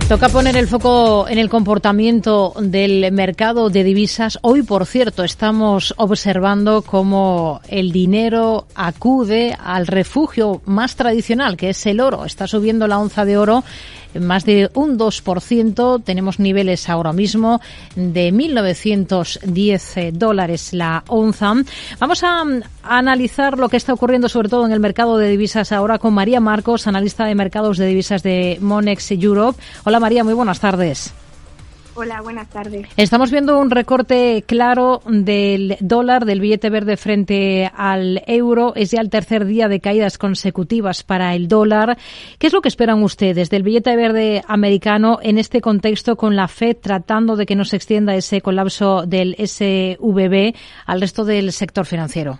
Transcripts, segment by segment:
Toca poner el foco en el comportamiento del mercado de divisas. Hoy, por cierto, estamos observando cómo el dinero acude al refugio más tradicional, que es el oro. Está subiendo la onza de oro más de un 2%. Tenemos niveles ahora mismo de $1.910 la onza. Vamos a analizar lo que está ocurriendo sobre todo en el mercado de divisas ahora con María Marcos, analista de mercados de divisas de Monex Europe. Hola María, muy buenas tardes. Hola, buenas tardes. Estamos viendo un recorte claro del dólar, del billete verde frente al euro. Es ya el tercer día de caídas consecutivas para el dólar. ¿Qué es lo que esperan ustedes del billete verde americano en este contexto con la Fed tratando de que no se extienda ese colapso del SVB al resto del sector financiero?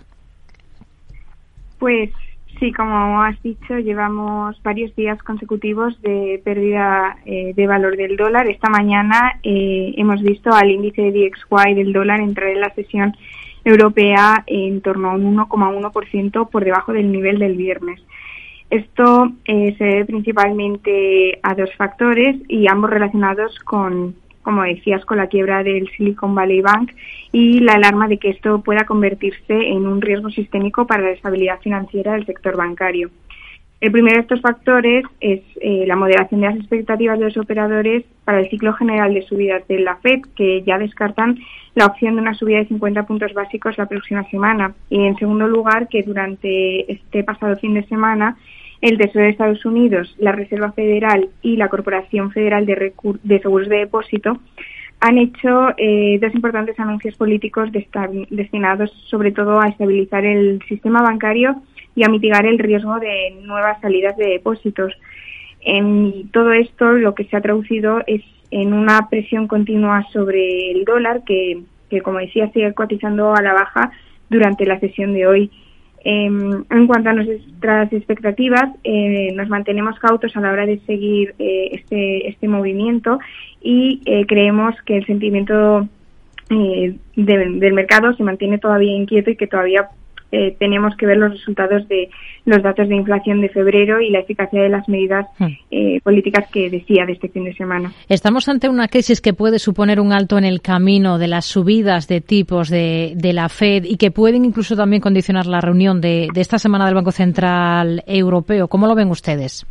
Pues sí, como has dicho, llevamos varios días consecutivos de pérdida de valor del dólar. Esta mañana hemos visto al índice DXY del dólar entrar en la sesión europea en torno a un 1,1% por debajo del nivel del viernes. Esto se debe principalmente a dos factores y ambos relacionados con, como decías, con la quiebra del Silicon Valley Bank y la alarma de que esto pueda convertirse en un riesgo sistémico para la estabilidad financiera del sector bancario. El primero de estos factores es la moderación de las expectativas de los operadores para el ciclo general de subidas de la Fed, que ya descartan la opción de una subida de 50 puntos básicos la próxima semana. Y en segundo lugar, que durante este pasado fin de semana el Tesoro de Estados Unidos, la Reserva Federal y la Corporación Federal de Seguros de Depósito han hecho dos importantes anuncios políticos destinados sobre todo a estabilizar el sistema bancario y a mitigar el riesgo de nuevas salidas de depósitos. En todo esto lo que se ha traducido es en una presión continua sobre el dólar que como decía, sigue cotizando a la baja durante la sesión de hoy. En cuanto a nuestras expectativas, nos mantenemos cautos a la hora de seguir este movimiento y creemos que el sentimiento del mercado se mantiene todavía inquieto y que todavía tenemos que ver los resultados de los datos de inflación de febrero y la eficacia de las medidas políticas que decía de este fin de semana. Estamos ante una crisis que puede suponer un alto en el camino de las subidas de tipos de la Fed y que pueden incluso también condicionar la reunión de esta semana del Banco Central Europeo. ¿Cómo lo ven ustedes?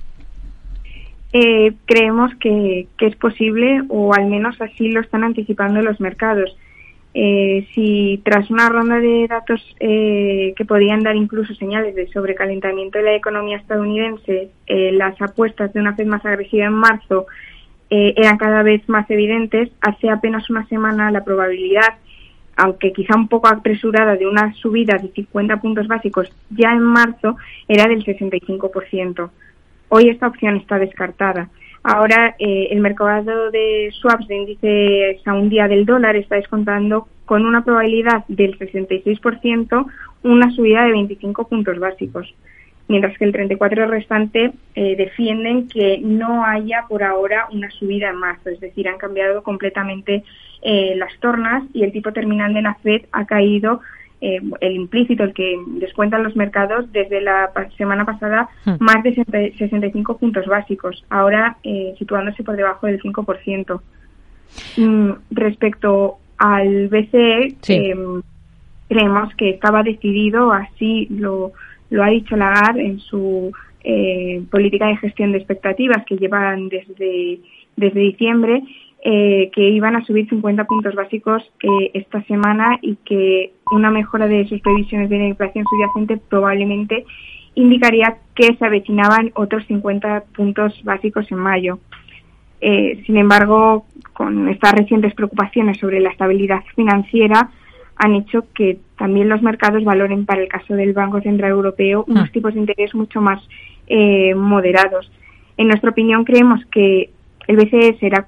Creemos que es posible, o al menos así lo están anticipando los mercados. Si tras una ronda de datos que podían dar incluso señales de sobrecalentamiento de la economía estadounidense, las apuestas de una Fed más agresiva en marzo eran cada vez más evidentes, hace apenas una semana la probabilidad, aunque quizá un poco apresurada, de una subida de 50 puntos básicos ya en marzo era del 65%. Hoy esta opción está descartada. Ahora el mercado de swaps de índices a un día del dólar está descontando con una probabilidad del 66% una subida de 25 puntos básicos, mientras que el 34% restante defienden que no haya por ahora una subida en marzo, es decir, han cambiado completamente las tornas y el tipo terminal de la Fed ha caído, el implícito, el que descuentan los mercados desde la semana pasada, más de 65 puntos básicos, ahora situándose por debajo del 5%. Respecto al BCE, sí, creemos que estaba decidido, así lo ha dicho Lagarde en su política de gestión de expectativas que llevan desde diciembre, que iban a subir 50 puntos básicos esta semana y que una mejora de sus previsiones de la inflación subyacente probablemente indicaría que se avecinaban otros 50 puntos básicos en mayo. Sin embargo, con estas recientes preocupaciones sobre la estabilidad financiera han hecho que también los mercados valoren para el caso del Banco Central Europeo unos tipos de interés mucho más moderados. En nuestra opinión, creemos que el BCE será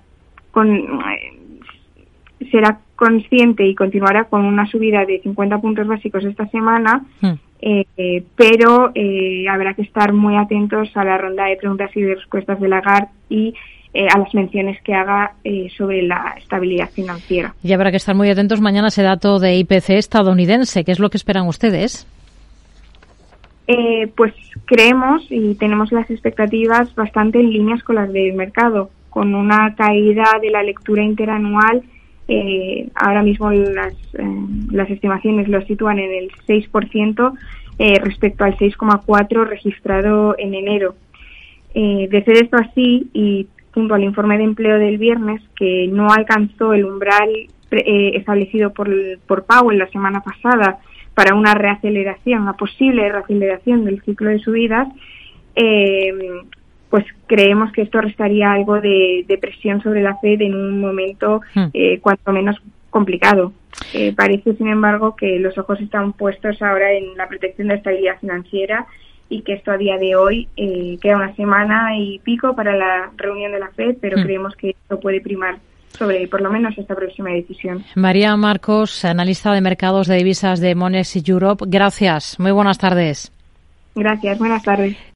consciente y continuará con una subida de 50 puntos básicos esta semana, pero habrá que estar muy atentos a la ronda de preguntas y de respuestas de Lagarde y a las menciones que haga sobre la estabilidad financiera. Y habrá que estar muy atentos mañana a ese dato de IPC estadounidense. ¿Qué es lo que esperan ustedes? Pues creemos y tenemos las expectativas bastante en líneas con las del mercado. con una caída de la lectura interanual. Ahora mismo las estimaciones lo sitúan en el 6% respecto al 6,4% registrado en enero. De ser esto así, y junto al informe de empleo del viernes, que no alcanzó el umbral establecido por Powell la semana pasada para una posible reaceleración del ciclo de subidas, pues creemos que esto restaría algo de presión sobre la Fed en un momento cuanto menos complicado. Parece, sin embargo, que los ojos están puestos ahora en la protección de estabilidad financiera y que esto a día de hoy queda una semana y pico para la reunión de la Fed, pero creemos que esto puede primar sobre por lo menos esta próxima decisión. María Marcos, analista de mercados de divisas de Monex Europe, gracias. Muy buenas tardes. Gracias, buenas tardes.